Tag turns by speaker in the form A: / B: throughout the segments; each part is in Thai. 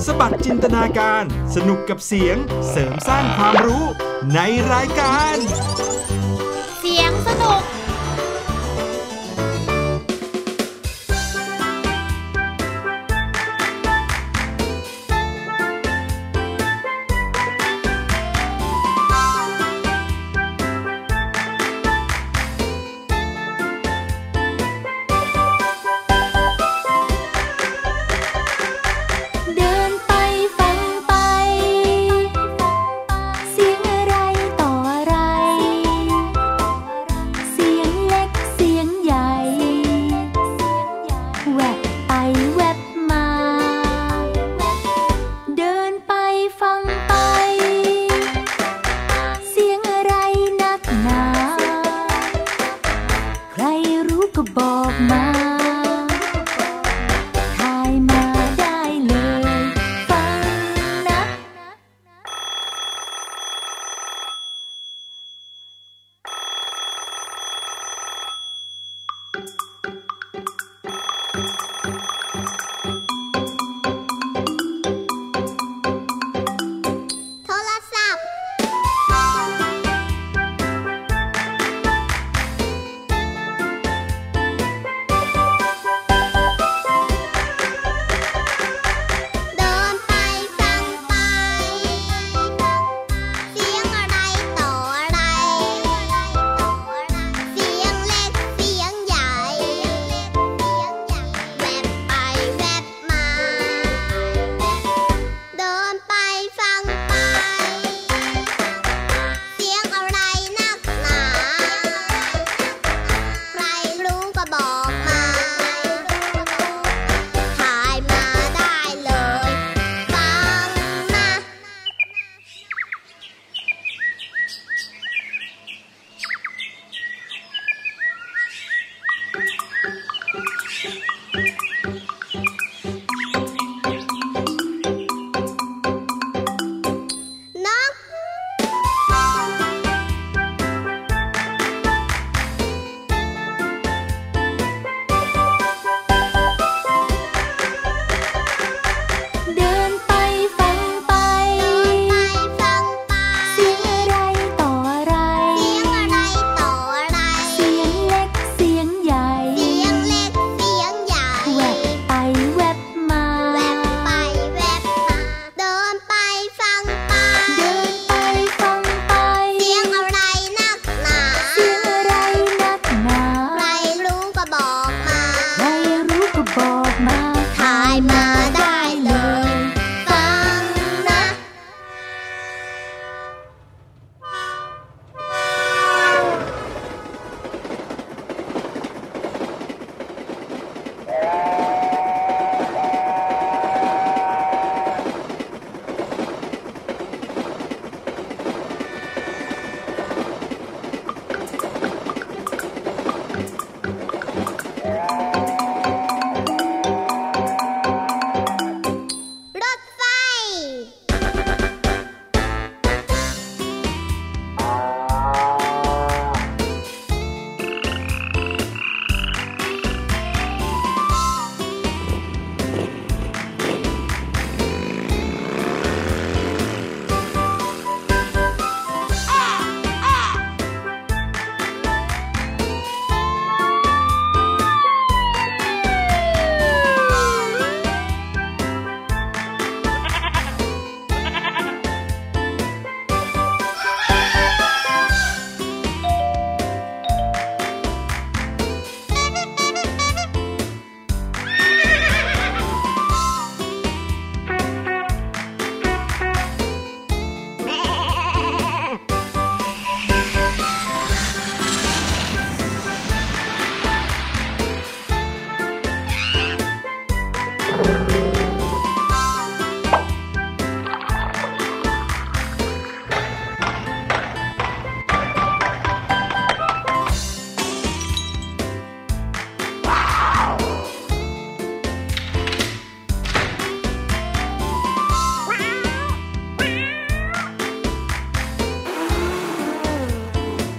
A: สบัดจินตนาการสนุกกับเสียงเสริมสร้างความรู้ในรายการ
B: เสียงสนุก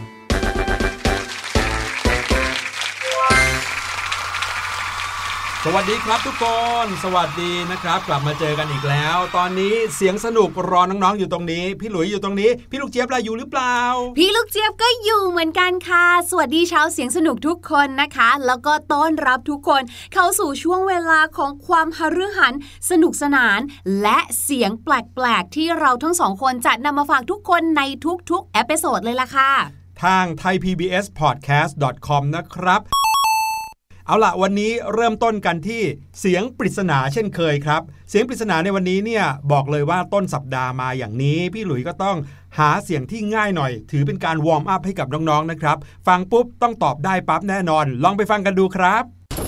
C: ว
A: วัสดีครับทุกคนสวัสดีนะครับกลับมาเจอกันอีกแล้วตอนนี้เสียงสนุกรอน้องๆอยู่ตรงนี้พี่หลุยอยู่ตรงนี้พี่ลูกเจี๊ยบล่ะอยู่หรือเปล่า
B: พี่ลูกเจี๊ยบก็อยู่เหมือนกันค่ะสวัสดีชาวเสียงสนุกทุกคนนะคะแล้วก็ต้อนรับทุกคนเข้าสู่ช่วงเวลาของความหฤหันสนุกสนานและเสียงแปลกๆที่เราทั้งสองคนจะนำมาฝากทุกคนในทุกๆเอพิโซดเลยล่ะค่ะ
A: ทาง thaipbspodcast.com นะครับเอาล่ะวันนี้เริ่มต้นกันที่เสียงปริศนาเช่นเคยครับเสียงปริศนาในวันนี้เนี่ยบอกเลยว่าต้นสัปดาห์มาอย่างนี้พี่หลุยก็ต้องหาเสียงที่ง่ายหน่อยถือเป็นการวอร์มอัพให้กับน้องๆนะครับฟังปุ๊บต้องตอบได้ปั๊บแน่นอนลองไปฟังกันดูครับ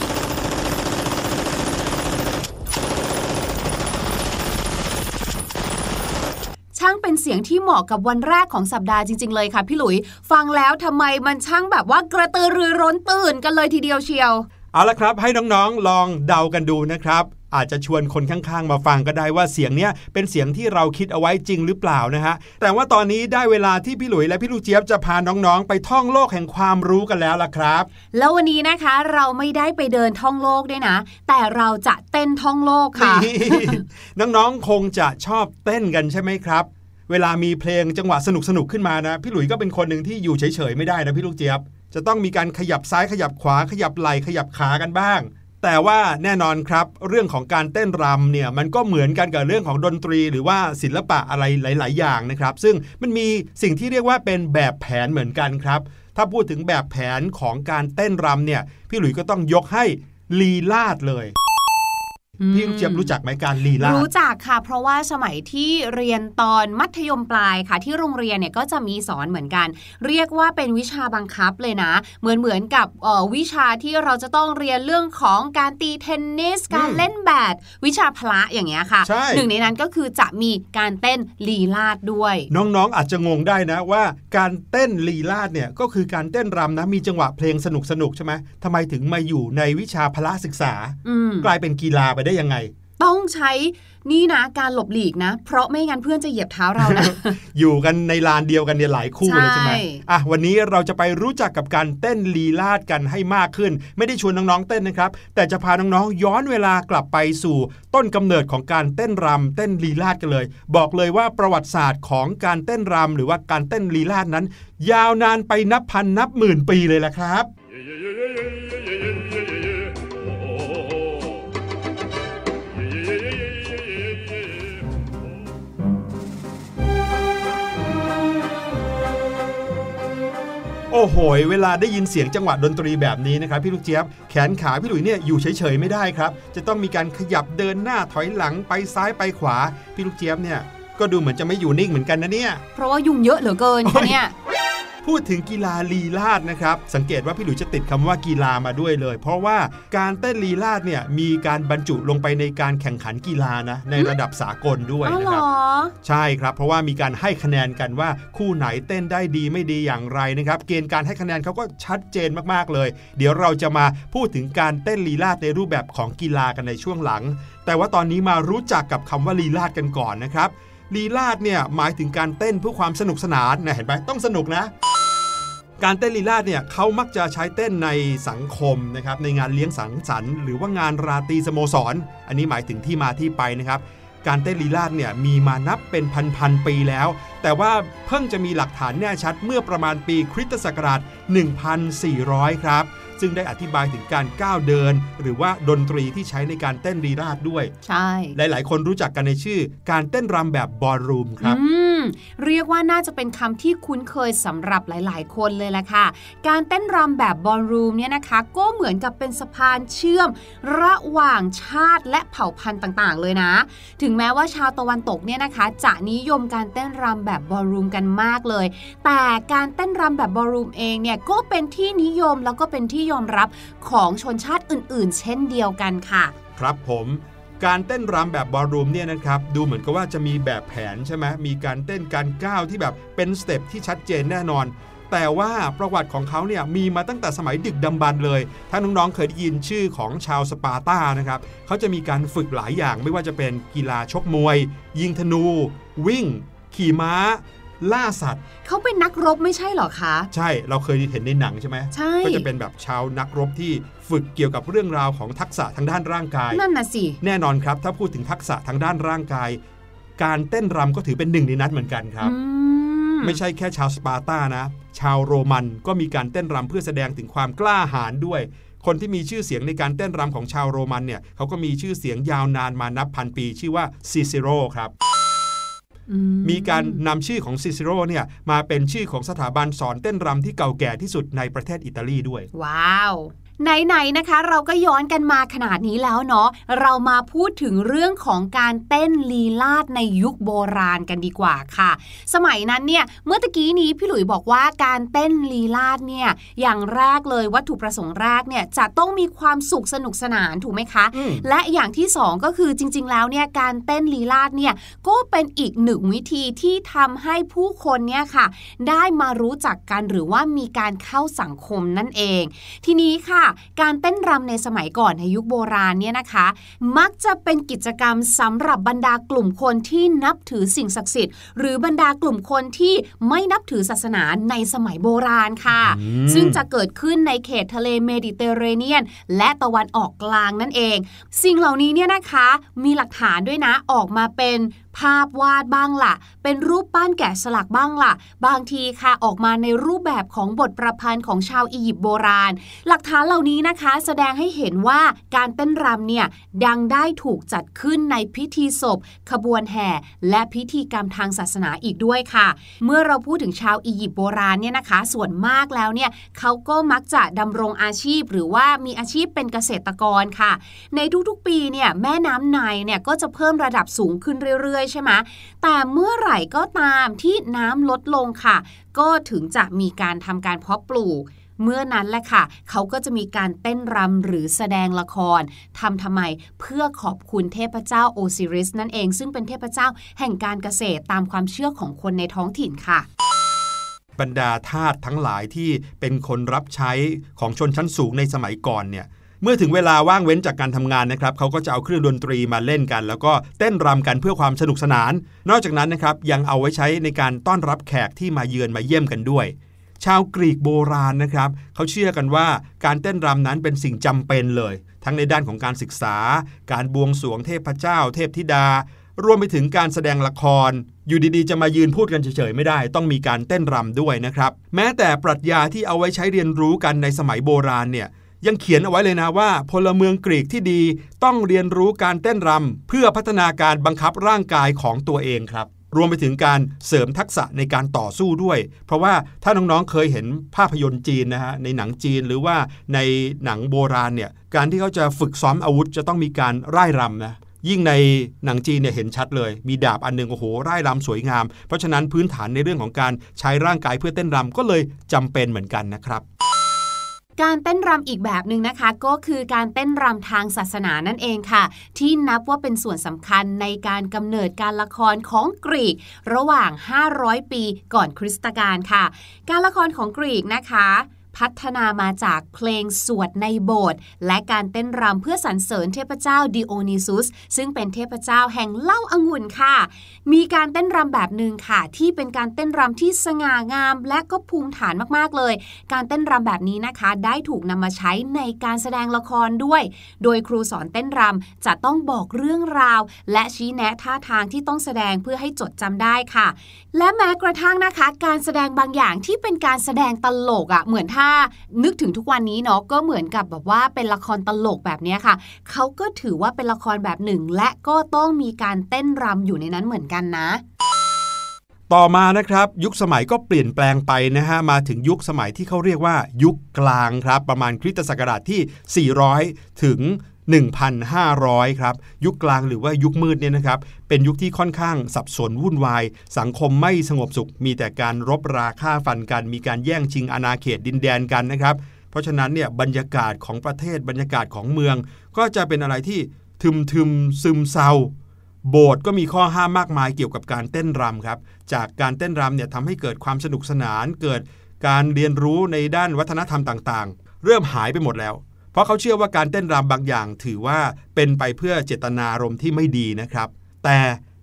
B: ช่างเป็นเสียงที่เหมาะกับวันแรกของสัปดาห์จริงๆเลยค่ะพี่หลุยฟังแล้วทำไมมันช่างแบบว่ากระตือรือร้นตื่นกันเลยทีเดียวเชียว
A: เอาละครับให้น้องๆลองเดากันดูนะครับอาจจะชวนคนข้างๆมาฟังก็ได้ว่าเสียงเนี้ยเป็นเสียงที่เราคิดเอาไว้จริงหรือเปล่านะฮะแต่ว่าตอนนี้ได้เวลาที่พี่หลุยและพี่ลูกเจี๊ยบจะพาน้องๆไปท่องโลกแห่งความรู้กันแล้วล่ะครับ
B: แล้ววันนี้นะคะเราไม่ได้ไปเดินท่องโลกด้วยนะแต่เราจะเต้นท่องโลกค่ะ
A: น้องๆคงจะชอบเต้นกันใช่ไหมครับเวลามีเพลงจังหวะสนุกขึ้นมานะพี่หลุยก็เป็นคนหนึ่งที่อยู่เฉยๆไม่ได้นะพี่ลูกเจี๊ยบจะต้องมีการขยับซ้ายขยับขวาขยับไหล่ขยับขากันบ้างแต่ว่าแน่นอนครับเรื่องของการเต้นรำเนี่ยมันก็เหมือนกันกับเรื่องของดนตรีหรือว่าศิลปะอะไรหลายๆอย่างนะครับซึ่งมันมีสิ่งที่เรียกว่าเป็นแบบแผนเหมือนกันครับถ้าพูดถึงแบบแผนของการเต้นรำเนี่ยพี่หลุยส์ก็ต้องยกให้ลีลาศเลยพี่ลูกเจี๊ยบรู้จักไหมการลีลาศ
B: รู้จักค่ะเพราะว่าสมัยที่เรียนตอนมัธยมปลายค่ะที่โรงเรียนเนี่ยก็จะมีสอนเหมือนกันเรียกว่าเป็นวิชาบังคับเลยนะเหมือนกับวิชาที่เราจะต้องเรียนเรื่องของการตีเทนนิสการเล่นแบดวิชาพละอย่างเงี้ยค่ะหนึ่งในนั้นก็คือจะมีการเต้นลีลาศด้วย
A: น้องๆอาจจะงงได้นะว่าการเต้นลีลาศเนี่ยก็คือการเต้นรำนะมีจังหวะเพลงสนุกใช่ไหมทำไมถึงมาอยู่ในวิชาพละศึกษากลายเป็นกีฬาไปได้ยังไง
B: ต้องใช้นี่นะการหลบหลีกนะเพราะไม่งั้นเพื่อนจะเหยียบเท้าเรานะ
A: อยู่กันในลานเดียวกันเนี่ยหลายคู่เลยใช่ไหมวันนี้เราจะไปรู้จักกับการเต้นลีลาศกันให้มากขึ้นไม่ได้ชวนน้องๆเต้นนะครับแต่จะพาน้องๆย้อนเวลากลับไปสู่ต้นกำเนิดของการเต้นรำเต้นลีลาศกันเลยบอกเลยว่าประวัติศาสตร์ของการเต้นรำหรือว่าการเต้นลีลาศนั้นยาวนานไปนับพันนับหมื่นปีเลยละครับโอ้โหเวลาได้ยินเสียงจังหวะดนตรีแบบนี้นะครับพี่ลูกเจี๊ยบแขนขาพี่หลุยเนี่ยอยู่เฉยๆไม่ได้ครับจะต้องมีการขยับเดินหน้าถอยหลังไปซ้ายไปขวาพี่ลูกเจี๊ยบเนี่ยก็ดูเหมือนจะไม่อยู่นิ่งเหมือนกันนะเนี่ย
B: เพราะว่ายุงเยอะเหลือเกินค่ะเนี่ย
A: พูดถึงกีฬาลีลาศนะครับสังเกตว่าพี่หลุยจะติดคำว่ากีฬามาด้วยเลยเพราะว่าการเต้นลีลาศเนี่ยมีการบรรจุลงไปในการแข่งขันกีฬานะในระดับสากลด้วยนะครับใช่ครับเพราะว่ามีการให้คะแนนกันว่าคู่ไหนเต้นได้ดีไม่ดีอย่างไรนะครับเกณฑ์การให้คะแนนเขาก็ชัดเจนมากๆเลยเดี๋ยวเราจะมาพูดถึงการเต้นลีลาศในรูปแบบของกีฬากันในช่วงหลังแต่ว่าตอนนี้มารู้จักกับคำว่าลีลาศกันก่อนนะครับลีลาศเนี่ยหมายถึงการเต้นเพื่อความสนุกสนานนะเห็นไหมต้องสนุกนะการเต้นลีลาศเนี่ยเขามักจะใช้เต้นในสังคมนะครับในงานเลี้ยงสังสรรค์หรือว่างานราตรีสโมสรอันนี้หมายถึงที่มาที่ไปนะครับการเต้นลีลาศเนี่ยมีมานับเป็นพันปีแล้วแต่ว่าเพิ่งจะมีหลักฐานแน่ชัดเมื่อประมาณปีคริสตศักราช 1400 ครับซึ่งได้อธิบายถึงการก้าวเดินหรือว่าดนตรีที่ใช้ในการเต้นลีลาศด้วย
B: ใช่
A: หลายๆคนรู้จักกันในชื่อการเต้นรำแบบบอลรูมครับ
B: เรียกว่าน่าจะเป็นคำที่คุ้นเคยสำหรับหลายๆคนเลยแหละค่ะการเต้นรำแบบบอลรูมเนี่ยนะคะก็เหมือนกับเป็นสะพานเชื่อมระหว่างชาติและเผ่าพันธุ์ต่างๆเลยนะถึงแม้ว่าชาวตะวันตกเนี่ยนะคะจะนิยมการเต้นรำแบบบอลรูมกันมากเลยแต่การเต้นรำแบบบอลรูมเองเนี่ยก็เป็นที่นิยมแล้วก็เป็นที่ยอมรับของชนชาติอื่นๆเช่นเดียวกันค่ะ
A: ครับผมการเต้นรำแบบบอลรูมเนี่ยนะครับดูเหมือนกับว่าจะมีแบบแผนใช่ไหมมีการเต้นการก้าวที่แบบเป็นสเต็ปที่ชัดเจนแน่นอนแต่ว่าประวัติของเขาเนี่ยมีมาตั้งแต่สมัยดึกดำบรรพ์เลยถ้าน้องๆเคยได้ยินชื่อของชาวสปาร์ตานะครับเขาจะมีการฝึกหลายอย่างไม่ว่าจะเป็นกีฬาชกมวยยิงธนูวิ่งขี่ม้าล่าสัตว์
B: เขาเป็นนักรบไม่ใช่หรอคะ
A: ใช่เราเคยเห็นในหนังใช่ไหม
B: ใช่
A: ก็จะเป็นแบบชาวนักรบที่ฝึกเกี่ยวกับเรื่องราวของทักษะทางด้านร่างกาย
B: นั่นน่ะสิ
A: แน่นอนครับถ้าพูดถึงทักษะทางด้านร่างกายการเต้นรำก็ถือเป็นหนึ่งในนั้นเหมือนกันครับไม่ใช่แค่ชาวสปาร์ตานะชาวโรมันก็มีการเต้นรำเพื่อแสดงถึงความกล้าหาญด้วยคนที่มีชื่อเสียงในการเต้นรำของชาวโรมันเนี่ยเขาก็มีชื่อเสียงยาวนานมานับพันปีชื่อว่าซิซิโร่ครับมีการนำชื่อของซิซิโร่เนี่ยมาเป็นชื่อของสถาบันสอนเต้นรำที่เก่าแก่ที่สุดในประเทศอิตาลีด้วย
B: ว้าวไหนๆนะคะเราก็ย้อนกันมาขนาดนี้แล้วเนาะเรามาพูดถึงเรื่องของการเต้นลีลาศในยุคโบราณกันดีกว่าค่ะสมัยนั้นเนี่ยเมื่อตะกี้นี้พี่หลุยบอกว่าการเต้นลีลาศเนี่ยอย่างแรกเลยวัตถุประสงค์แรกเนี่ยจะต้องมีความสุขสนุกสนานถูกไหมคะและอย่างที่สองก็คือจริงๆแล้วเนี่ยการเต้นลีลาศเนี่ยก็เป็นอีกหนึ่งวิธีที่ทำให้ผู้คนเนี่ยค่ะได้มารู้จักกันหรือว่ามีการเข้าสังคมนั่นเองทีนี้ค่ะการเต้นรำในสมัยก่อนในยุคโบราณเนี่ยนะคะมักจะเป็นกิจกรรมสำหรับบรรดากลุ่มคนที่นับถือสิ่งศักดิ์สิทธิ์หรือบรรดากลุ่มคนที่ไม่นับถือศาสนาในสมัยโบราณค่ะซึ่งจะเกิดขึ้นในเขตทะเลเมดิเตอร์เรเนียนและตะวันออกกลางนั่นเองสิ่งเหล่านี้เนี่ยนะคะมีหลักฐานด้วยนะออกมาเป็นภาพวาดบ้างล่ะเป็นรูปปั้นแกะสลักบ้างล่ะบางทีค่ะออกมาในรูปแบบของบทประพันธ์ของชาวอียิปต์โบราณหลักฐานเหล่านี้นะคะแสดงให้เห็นว่าการเต้นรำเนี่ยดังได้ถูกจัดขึ้นในพิธีศพขบวนแห่และพิธีกรรมทางศาสนาอีกด้วยค่ะเมื่อเราพูดถึงชาวอียิปต์โบราณเนี่ยนะคะส่วนมากแล้วเนี่ยเขาก็มักจะดำรงอาชีพหรือว่ามีอาชีพเป็นเกษตรกรค่ะในทุกๆปีเนี่ยแม่น้ำไนล์เนี่ยก็จะเพิ่มระดับสูงขึ้นเรื่อยๆใช่ไหมแต่เมื่อไหร่ก็ตามที่น้ำลดลงค่ะก็ถึงจะมีการทำการเพาะปลูกเมื่อนั้นแหละค่ะเขาก็จะมีการเต้นรำหรือแสดงละครทำไมเพื่อขอบคุณเทพเจ้าโอซิริสนั่นเองซึ่งเป็นเทพเจ้าแห่งการเกษตรตามความเชื่อของคนในท้องถิ่นค่ะ
A: บรรดาทาสทั้งหลายที่เป็นคนรับใช้ของชนชั้นสูงในสมัยก่อนเนี่ยเมื่อถึงเวลาว่างเว้นจากการทำงานนะครับเขาก็จะเอาเครื่องดนตรีมาเล่นกันแล้วก็เต้นรำกันเพื่อความสนุกสนานนอกจากนั้นนะครับยังเอาไว้ใช้ในการต้อนรับแขกที่มาเยือนมาเยี่ยมกันด้วยชาวกรีกโบราณนะครับเขาเชื่อกันว่าการเต้นรำนั้นเป็นสิ่งจำเป็นเลยทั้งในด้านของการศึกษาการบวงสรวงเทพเจ้าเทพธิดารวมไปถึงการแสดงละครอยู่ดีๆจะมายืนพูดกันเฉยๆไม่ได้ต้องมีการเต้นรำด้วยนะครับแม้แต่ปรัชญาที่เอาไว้ใช้เรียนรู้กันในสมัยโบราณเนี่ยยังเขียนเอาไว้เลยนะว่าพลเมืองกรีกที่ดีต้องเรียนรู้การเต้นรำเพื่อพัฒนาการบังคับร่างกายของตัวเองครับรวมไปถึงการเสริมทักษะในการต่อสู้ด้วยเพราะว่าถ้าน้องๆเคยเห็นภาพยนตร์จีนนะฮะในหนังจีนหรือว่าในหนังโบราณเนี่ยการที่เขาจะฝึกซ้อมอาวุธจะต้องมีการร่ายรำนะยิ่งในหนังจีนเนี่ยเห็นชัดเลยมีดาบอันนึงโอ้โหร่ายรำสวยงามเพราะฉะนั้นพื้นฐานในเรื่องของการใช้ร่างกายเพื่อเต้นรำก็เลยจำเป็นเหมือนกันนะครับ
B: การเต้นรำอีกแบบหนึ่งนะคะก็คือการเต้นรำทางศาสนานั่นเองค่ะที่นับว่าเป็นส่วนสำคัญในการกำเนิดการละครของกรีกระหว่าง500ปีก่อนคริสตกาลค่ะการละครของกรีกนะคะพัฒนามาจากเพลงสวดในโบสถ์และการเต้นรำเพื่อสรรเสริญเทพเจ้าดิโอนิซุสซึ่งเป็นเทพเจ้าแห่งเหล้าองุ่นค่ะมีการเต้นรำแบบหนึ่งค่ะที่เป็นการเต้นรำที่สง่างามและก็ภูมิฐานมากๆเลยการเต้นรำแบบนี้นะคะได้ถูกนำมาใช้ในการแสดงละครด้วยโดยครูสอนเต้นรำจะต้องบอกเรื่องราวและชี้แนะท่าทางที่ต้องแสดงเพื่อให้จดจำได้ค่ะและแม้กระทั่งนะคะการแสดงบางอย่างที่เป็นการแสดงตลกเหมือนถ้านึกถึงทุกวันนี้เนาะก็เหมือนกับแบบว่าเป็นละครตลกแบบนี้ค่ะเขาก็ถือว่าเป็นละครแบบหนึ่งและก็ต้องมีการเต้นรำอยู่ในนั้นเหมือนกันนะ
A: ต่อมานะครับยุคสมัยก็เปลี่ยนแปลงไปนะฮะมาถึงยุคสมัยที่เขาเรียกว่ายุคกลางครับประมาณคริสตศักราชที่400ถึง1,500 ครับยุคกลางหรือว่ายุคมืดเนี่ยนะครับเป็นยุคที่ค่อนข้างสับสนวุ่นวายสังคมไม่สงบสุขมีแต่การรบราฆ่าฟันกันมีการแย่งชิงอาณาเขตดินแดนกันนะครับเพราะฉะนั้นเนี่ยบรรยากาศของประเทศบรรยากาศของเมืองก็จะเป็นอะไรที่ทึมซึมเศร้าโบสถ์ก็มีข้อห้ามมากมายเกี่ยวกับการเต้นรำครับจากการเต้นรำเนี่ยทำให้เกิดความสนุกสนานเกิดการเรียนรู้ในด้านวัฒนธรรมต่างๆเริ่มหายไปหมดแล้วเพราะเขาเชื่อว่าการเต้นรำบางอย่างถือว่าเป็นไปเพื่อเจตนารมณ์ที่ไม่ดีนะครับแต่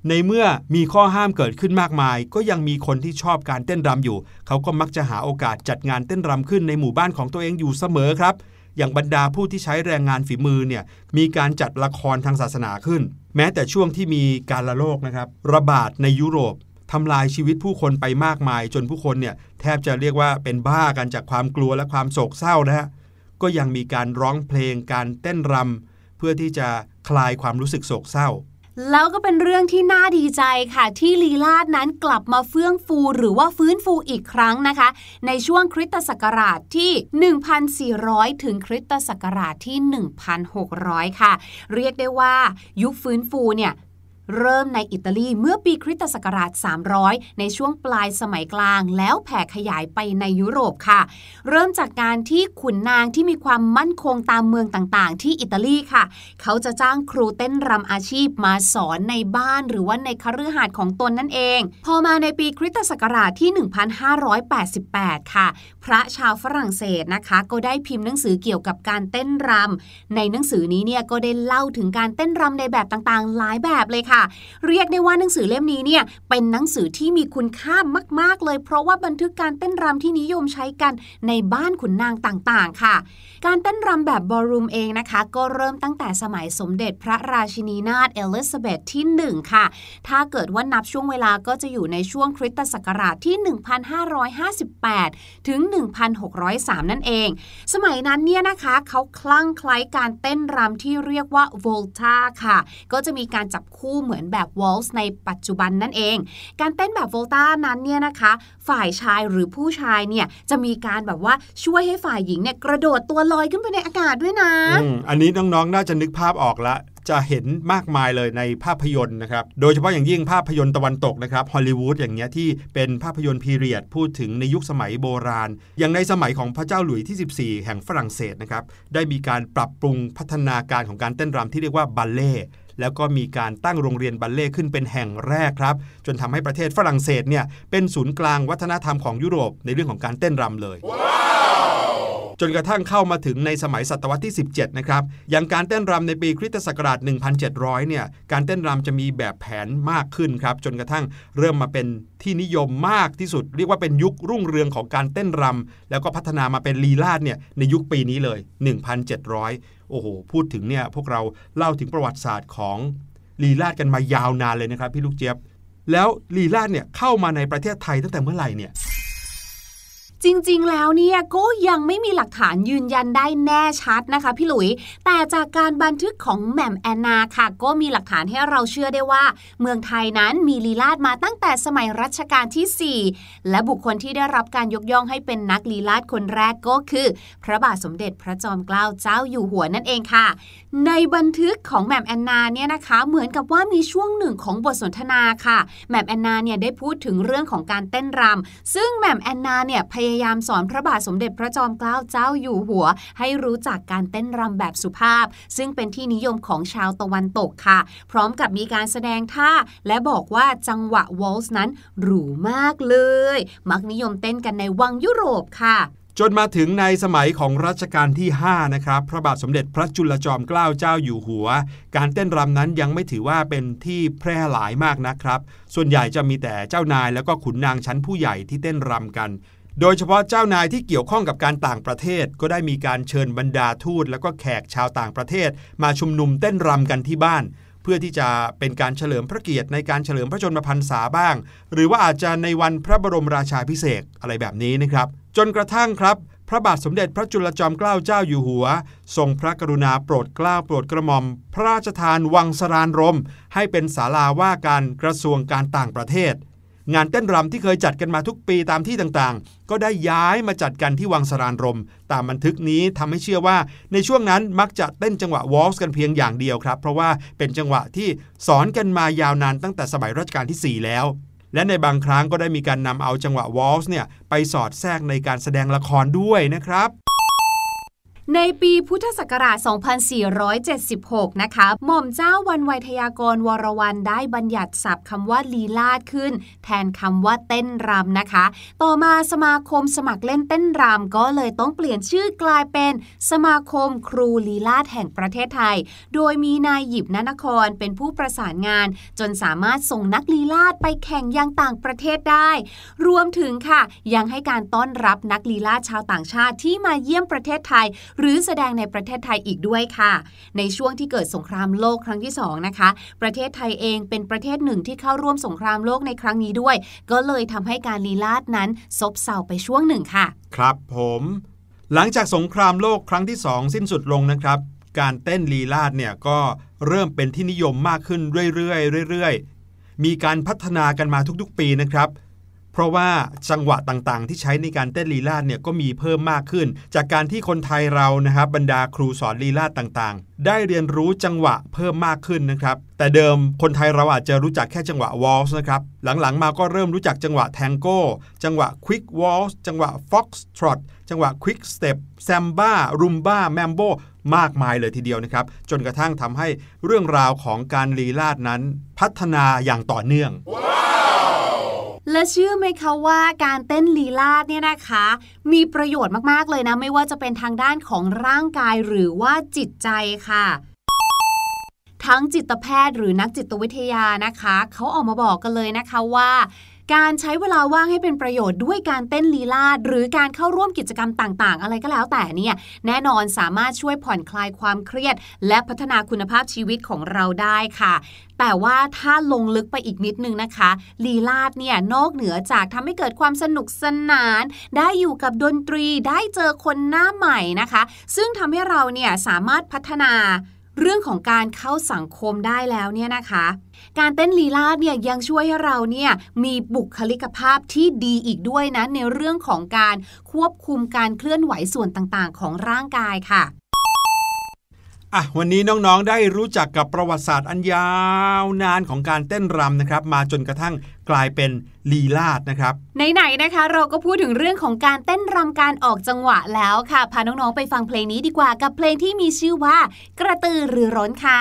A: ในเมื่อมีข้อห้ามเกิดขึ้นมากมายก็ยังมีคนที่ชอบการเต้นรำอยู่เขาก็มักจะหาโอกาสจัดงานเต้นรำขึ้นในหมู่บ้านของตัวเองอยู่เสมอครับอย่างบรรดาผู้ที่ใช้แรงงานฝีมือเนี่ยมีการจัดละครทางศาสนาขึ้นแม้แต่ช่วงที่มีการระลอกนะครับระบาดในยุโรปทำลายชีวิตผู้คนไปมากมายจนผู้คนเนี่ยแทบจะเรียกว่าเป็นบ้ากันจากความกลัวและความโศกเศร้านะฮะก็ยังมีการร้องเพลงการเต้นรำเพื่อที่จะคลายความรู้สึกโศกเศร้า
B: แล้วก็เป็นเรื่องที่น่าดีใจค่ะที่ลีลาศนั้นกลับมาเฟื่องฟูหรือว่าฟื้นฟูอีกครั้งนะคะในช่วงคริสตศักราชที่ 1,400 ถึงคริสตศักราชที่ 1,600 ค่ะเรียกได้ว่ายุคฟื้นฟูเนี่ยเริ่มในอิตาลีเมื่อปีคริสตศักราช 300 ในช่วงปลายสมัยกลางแล้วแผ่ขยายไปในยุโรปค่ะเริ่มจากการที่ขุนนางที่มีความมั่นคงตามเมืองต่างๆที่อิตาลีค่ะเขาจะจ้างครูเต้นรำอาชีพมาสอนในบ้านหรือว่าในคฤหาสน์ของตนนั่นเองพอมาในปีคริสตศักราชที่ 1588 ค่ะพระชาวฝรั่งเศสนะคะก็ได้พิมพ์หนังสือเกี่ยวกับการเต้นรำในหนังสือนี้เนี่ยก็ได้เล่าถึงการเต้นรำในแบบต่างๆหลายแบบเลยค่ะเรียกได้ว่าหนังสือเล่มนี้เนี่ยเป็นหนังสือที่มีคุณค่ามากๆเลยเพราะว่าบันทึกการเต้นรำที่นิยมใช้กันในบ้านขุนนางต่างๆค่ะการเต้นรำแบบบอลรูมเองนะคะก็เริ่มตั้งแต่สมัยสมเด็จพระราชินีนาถเอลิซาเบธที่1ค่ะถ้าเกิดว่านับช่วงเวลาก็จะอยู่ในช่วงคริสตศักราชที่ 1558 ถึง 1603 นั่นเองสมัยนั้นเนี่ยนะคะเขาคลั่งไคล้การเต้นรำที่เรียกว่าโวลตาค่ะก็จะมีการจับคู่เหมือนแบบวอลซ์ในปัจจุบันนั่นเองการเต้นแบบโวลตานั้นเนี่ยนะคะฝ่ายชายหรือผู้ชายเนี่ยจะมีการแบบว่าช่วยให้ฝ่ายหญิงเนี่ยกระโดดตัวลอยขึ้นไปในอากาศด้วยนะ
A: อันนี้น้องๆน่าจะนึกภาพออกละจะเห็นมากมายเลยในภาพยนตร์นะครับโดยเฉพาะอย่างยิ่งภาพยนตร์ตะวันตกนะครับฮอลลีวูดอย่างเงี้ยที่เป็นภาพยนตร์พีเรียดพูดถึงในยุคสมัยโบราณอย่างในสมัยของพระเจ้าหลุยส์ที่14แห่งฝรั่งเศสนะครับได้มีการปรับปรุงพัฒนาการของการเต้นรำที่เรียกว่าบัลเล่แล้วก็มีการตั้งโรงเรียนบัลเล่ขึ้นเป็นแห่งแรกครับจนทำให้ประเทศฝรั่งเศสเนี่ยเป็นศูนย์กลางวัฒนธรรมของยุโรปในเรื่องของการเต้นรำเลย จนกระทั่งเข้ามาถึงในสมัยศตวรรษที่17นะครับอย่างการเต้นรำในปีคริสตศักราช 1700 เนี่ยการเต้นรำจะมีแบบแผนมากขึ้นครับจนกระทั่งเริ่มมาเป็นที่นิยมมากที่สุดเรียกว่าเป็นยุครุ่งเรืองของการเต้นรำแล้วก็พัฒนามาเป็นลีลาศเนี่ยในยุคปีนี้เลย 1700 โอ้โหพูดถึงเนี่ยพวกเราเล่าถึงประวัติศาสตร์ของลีลาศกันมายาวนานเลยนะครับพี่ลูกเจี๊ยบแล้วลีลาศเนี่ยเข้ามาในประเทศไทยตั้งแต่เมื่อไหร่เนี่ย
B: จริงๆแล้วเนี่ยก็ยังไม่มีหลักฐานยืนยันได้แน่ชัดนะคะพี่หลุยแต่จากการบันทึกของแหม่มแอนนาค่ะก็มีหลักฐานให้เราเชื่อได้ว่าเมืองไทยนั้นมีลีลาศมาตั้งแต่สมัยรัชกาลที่4และบุคคลที่ได้รับการยกย่องให้เป็นนักลีลาศคนแรกก็คือพระบาทสมเด็จพระจอมเกล้าเจ้าอยู่หัวนั่นเองค่ะในบันทึกของแหม่มแอนนาเนี่ยนะคะเหมือนกับว่ามีช่วงหนึ่งของบทสนทนาค่ะแหม่มแอนนาเนี่ยได้พูดถึงเรื่องของการเต้นรำซึ่งแหม่มแอนนาเนี่ยพยายามสอนพระบาทสมเด็จพระจอมเกล้าเจ้าอยู่หัวให้รู้จักการเต้นรำแบบสุภาพซึ่งเป็นที่นิยมของชาวตะวันตกค่ะพร้อมกับมีการแสดงท่าและบอกว่าจังหวะวอลซ์นั้นหรูมากเลยมักนิยมเต้นกันในวังยุโรปค่ะ
A: จนมาถึงในสมัยของรัชกาลที่5นะครับพระบาทสมเด็จพระจุลจอมเกล้าเจ้าอยู่หัวการเต้นรำนั้นยังไม่ถือว่าเป็นที่แพร่หลายมากนะครับส่วนใหญ่จะมีแต่เจ้านายแล้วก็ขุนนางชั้นผู้ใหญ่ที่เต้นรำกันโดยเฉพาะเจ้านายที่เกี่ยวข้องกับการต่างประเทศก็ได้มีการเชิญบรรดาทูตแล้วก็แขกชาวต่างประเทศมาชุมนุมเต้นรำกันที่บ้านเพื่อที่จะเป็นการเฉลิมพระเกียรติในการเฉลิมพระชนมพรรษาบ้างหรือว่าอาจจะในวันพระบรมราชาภิเษกอะไรแบบนี้นะครับจนกระทั่งครับพระบาทสมเด็จพระจุลจอมเกล้าเจ้าอยู่หัวทรงพระกรุณาโปรดเกล้าโปรดกระหม่อมพระราชทานวังสรานรมให้เป็นศาลาว่าการกระทรวงการต่างประเทศงานเต้นรำที่เคยจัดกันมาทุกปีตามที่ต่างๆก็ได้ย้ายมาจัดกันที่วังสรานรมตามบันทึกนี้ทำให้เชื่อว่าในช่วงนั้นมักจะเต้นจังหวะวอลซ์กันเพียงอย่างเดียวครับเพราะว่าเป็นจังหวะที่สอนกันมายาวนานตั้งแต่สมัยรัชกาลที่4แล้วและในบางครั้งก็ได้มีการนำเอาจังหวะวอลซ์เนี่ยไปสอดแทรกในการแสดงละครด้วยนะครับ
B: ในปีพุทธศักราช 2476 นะคะหม่อมเจ้าวันไวทยากรวรวรรณได้บัญญัติศัพท์คำว่าลีลาศขึ้นแทนคำว่าเต้นรำนะคะต่อมาสมาคมสมัครเล่นเต้นรำก็เลยต้องเปลี่ยนชื่อกลายเป็นสมาคมครูลีลาศแห่งประเทศไทยโดยมีนายหยิบณนครเป็นผู้ประสานงานจนสามารถส่งนักลีลาศไปแข่งยังต่างประเทศได้รวมถึงค่ะยังให้การต้อนรับนักลีลาศชาวต่างชาติที่มาเยี่ยมประเทศไทยหรือแสดงในประเทศไทยอีกด้วยค่ะในช่วงที่เกิดสงครามโลกครั้งที่2นะคะประเทศไทยเองเป็นประเทศหนึ่งที่เข้าร่วมสงครามโลกในครั้งนี้ด้วยก็เลยทำให้การลีลาศนั้นซบเซาไปช่วงหนึ่งค่ะ
A: ครับผมหลังจากสงครามโลกครั้งที่2สิ้นสุดลงนะครับการเต้นลีลาศเนี่ยก็เริ่มเป็นที่นิยมมากขึ้นเรื่อยๆมีการพัฒนากันมาทุกๆปีนะครับเพราะว่าจังหวะต่างๆที่ใช้ในการเต้นลีลาศเนี่ยก็มีเพิ่มมากขึ้นจากการที่คนไทยเรานะครับบรรดาครูสอนลีลาศต่างๆได้เรียนรู้จังหวะเพิ่มมากขึ้นนะครับแต่เดิมคนไทยเราอาจจะรู้จักแค่จังหวะวอลส์นะครับหลังๆมาก็เริ่มรู้จักจังหวะแทงโก้จังหวะควิกวอลส์จังหวะฟ็อกซ์ทรอตจังหวะควิกสเต็ปแซมบ้ารุมบ้าแมมโบมากมายเลยทีเดียวนะครับจนกระทั่งทำให้เรื่องราวของการลีลาศนั้นพัฒนาอย่างต่อเนื่อง
B: และเชื่อไหมคะว่าการเต้นลีลาศเนี่ยนะคะมีประโยชน์มากๆเลยนะไม่ว่าจะเป็นทางด้านของร่างกายหรือว่าจิตใจค่ะทั้งจิตแพทย์หรือนักจิตวิทยานะคะเขาออกมาบอกกันเลยนะคะว่าการใช้เวลาว่างให้เป็นประโยชน์ด้วยการเต้นลีลาศหรือการเข้าร่วมกิจกรรมต่างๆอะไรก็แล้วแต่เนี่ยแน่นอนสามารถช่วยผ่อนคลายความเครียดและพัฒนาคุณภาพชีวิตของเราได้ค่ะแต่ว่าถ้าลงลึกไปอีกนิดนึงนะคะลีลาศเนี่ยนอกเหนือจากทำให้เกิดความสนุกสนานได้อยู่กับดนตรีได้เจอคนหน้าใหม่นะคะซึ่งทำให้เราเนี่ยสามารถพัฒนาเรื่องของการเข้าสังคมได้แล้วเนี่ยนะคะการเต้นลีลาศเนี่ยยังช่วยให้เราเนี่ยมีบุคลิกภาพที่ดีอีกด้วยนะในเรื่องของการควบคุมการเคลื่อนไหวส่วนต่างๆของร่างกายค่ะ
A: วันนี้น้องๆได้รู้จักกับประวัติศาสตร์อันยาวนานของการเต้นรำนะครับมาจนกระทั่งกลายเป็นลีลาศนะครับ
B: ไหนๆนะคะเราก็พูดถึงเรื่องของการเต้นรำการออกจังหวะแล้วค่ะพาน้องๆไปฟังเพลงนี้ดีกว่ากับเพลงที่มีชื่อว่ากระตือรือร้นค่ะ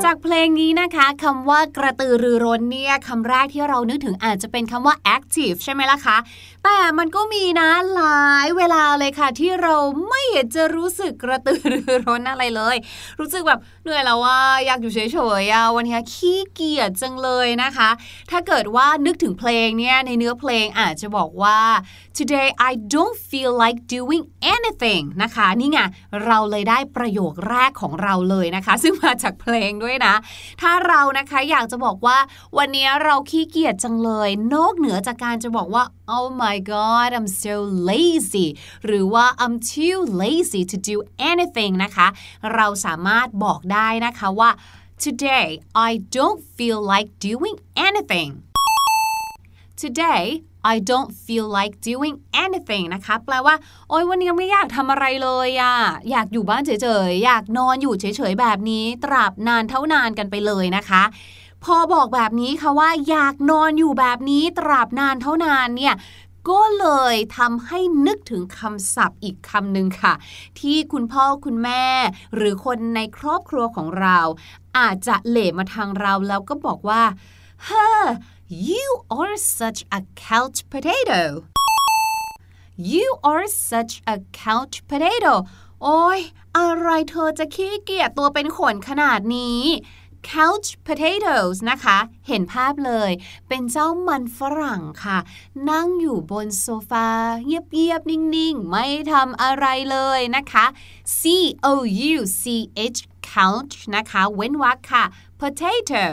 B: จากเพลงนี้นะคะคำว่ากระตือรือร้นเนี่ยคำแรกที่เรานึกถึงอาจจะเป็นคำว่า active ใช่ไหมล่ะคะแต่มันก็มีนะหลายเวลาเลยค่ะที่เราไม่เห็นจะรู้สึกกระตือรือร้นอะไรเลยรู้สึกแบบเหนื่อยแล้วว่าอยากอยู่เฉยๆวันนี้ขี้เกียจจังเลยนะคะถ้าเกิดว่านึกถึงเพลงเนี่ยในเนื้อเพลงอาจจะบอกว่า today I don't feel like doing anything นะคะนี่ไงเราเลยได้ประโยคแรกของเราเลยนะคะซึ่งมาจากเพลงด้วยนะถ้าเรานะคะอยากจะบอกว่าวันนี้เราขี้เกียจจังเลยนอกเหนือจากการจะบอกว่า oh my god I'm so lazy หรือว่า I'm too lazy to do anything นะคะเราสามารถบอกได้นะคะว่า today I don't feel like doing anything today I don't feel like doing anything นะคะแปลว่าโอ๊ยวันนี้ไม่อยากทำอะไรเลยอยากอยู่บ้านเฉยๆอยากนอนอยู่เฉยๆแบบนี้ตราบนานเท่านานกันไปเลยนะคะพอบอกแบบนี้ค่ะว่าอยากนอนอยู่แบบนี้ตราบนานเท่านานเนี่ยก็เลยทำให้นึกถึงคำศัพท์อีกคำหนึ่งค่ะที่คุณพ่อคุณแม่หรือคนในครอบครัวของเราอาจจะเหล่มาทางเราแล้วก็บอกว่าเฮ้อYou are such a couch potato. You are such a couch potato. โอ๊ยอะไรเธอจะขี้เกียจตัวเป็นขนขนาดนี้ Couch potatoes นะคะเห็นภาพเลยเป็นเจ้ามันฝรั่งค่ะนั่งอยู่บนโซฟาเงียบๆนิ่งๆไม่ทำอะไรเลยนะคะ C-O-U-C-H couch นะคะเว้นวรรคค่ะ potato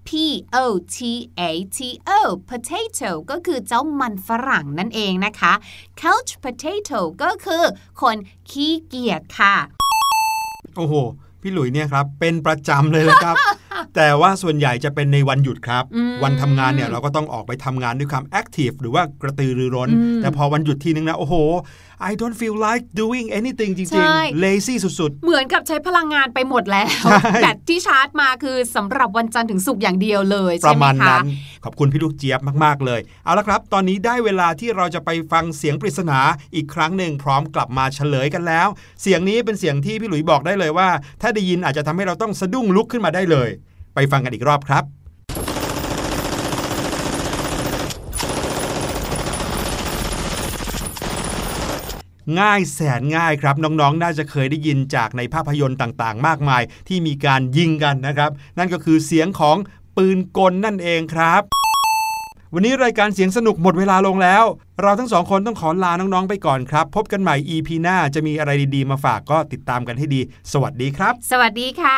B: P-O-T-A-T-O potato ก็คือเจ้ามันฝรั่งนั่นเองนะคะ couch potato ก็คือคนขี้เกียจค่ะ
A: โอ้โหพี่หลุยเนี่ยครับเป็นประจำเลยนะครับ แต่ว่าส่วนใหญ่จะเป็นในวันหยุดครับวันทำงานเนี่ยเราก็ต้องออกไปทำงานด้วยความ active หรือว่ากระตือรือร้นแต่พอวันหยุดทีนึงนะโอ้โห I don't feel like doing anything จริงๆ lazy สุดๆ
B: เหมือนกับใช้พลังงานไปหมดแล้วแบตที่ชาร์จมาคือสำหรับวันจันทร์ถึงศุกร์อย่างเดียวเลยใช่ไหมคะประมาณนั้น
A: ขอบคุณพี่ลูกเจี๊ยบมากๆเลยเอาละครับตอนนี้ได้เวลาที่เราจะไปฟังเสียงปริศนาอีกครั้งหนึ่งพร้อมกลับมาเฉลยกันแล้วเสียงนี้เป็นเสียงที่พี่หลุยบอกได้เลยว่าถ้าได้ยินอาจจะทำให้เราต้องสะดุ้งลุกขึ้นมาได้เลยไปฟังกันอีกรอบครับง่ายแสนง่ายครับน้องๆน่าจะเคยได้ยินจากในภาพยนตร์ต่างๆมากมายที่มีการยิงกันนะครับนั่นก็คือเสียงของปืนกลนั่นเองครับวันนี้รายการเสียงสนุกหมดเวลาลงแล้วเราทั้งสองคนต้องขอลาน้องๆไปก่อนครับพบกันใหม่ EP หน้าจะมีอะไรดีๆมาฝากก็ติดตามกันให้ดีสวัสดีครับ
B: สวัสดีค่ะ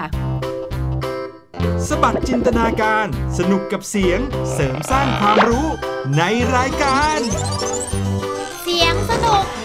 A: สบัดจินตนาการสนุกกับเสียงเสริมสร้างความรู้ในรายการ
C: เสียงสนุก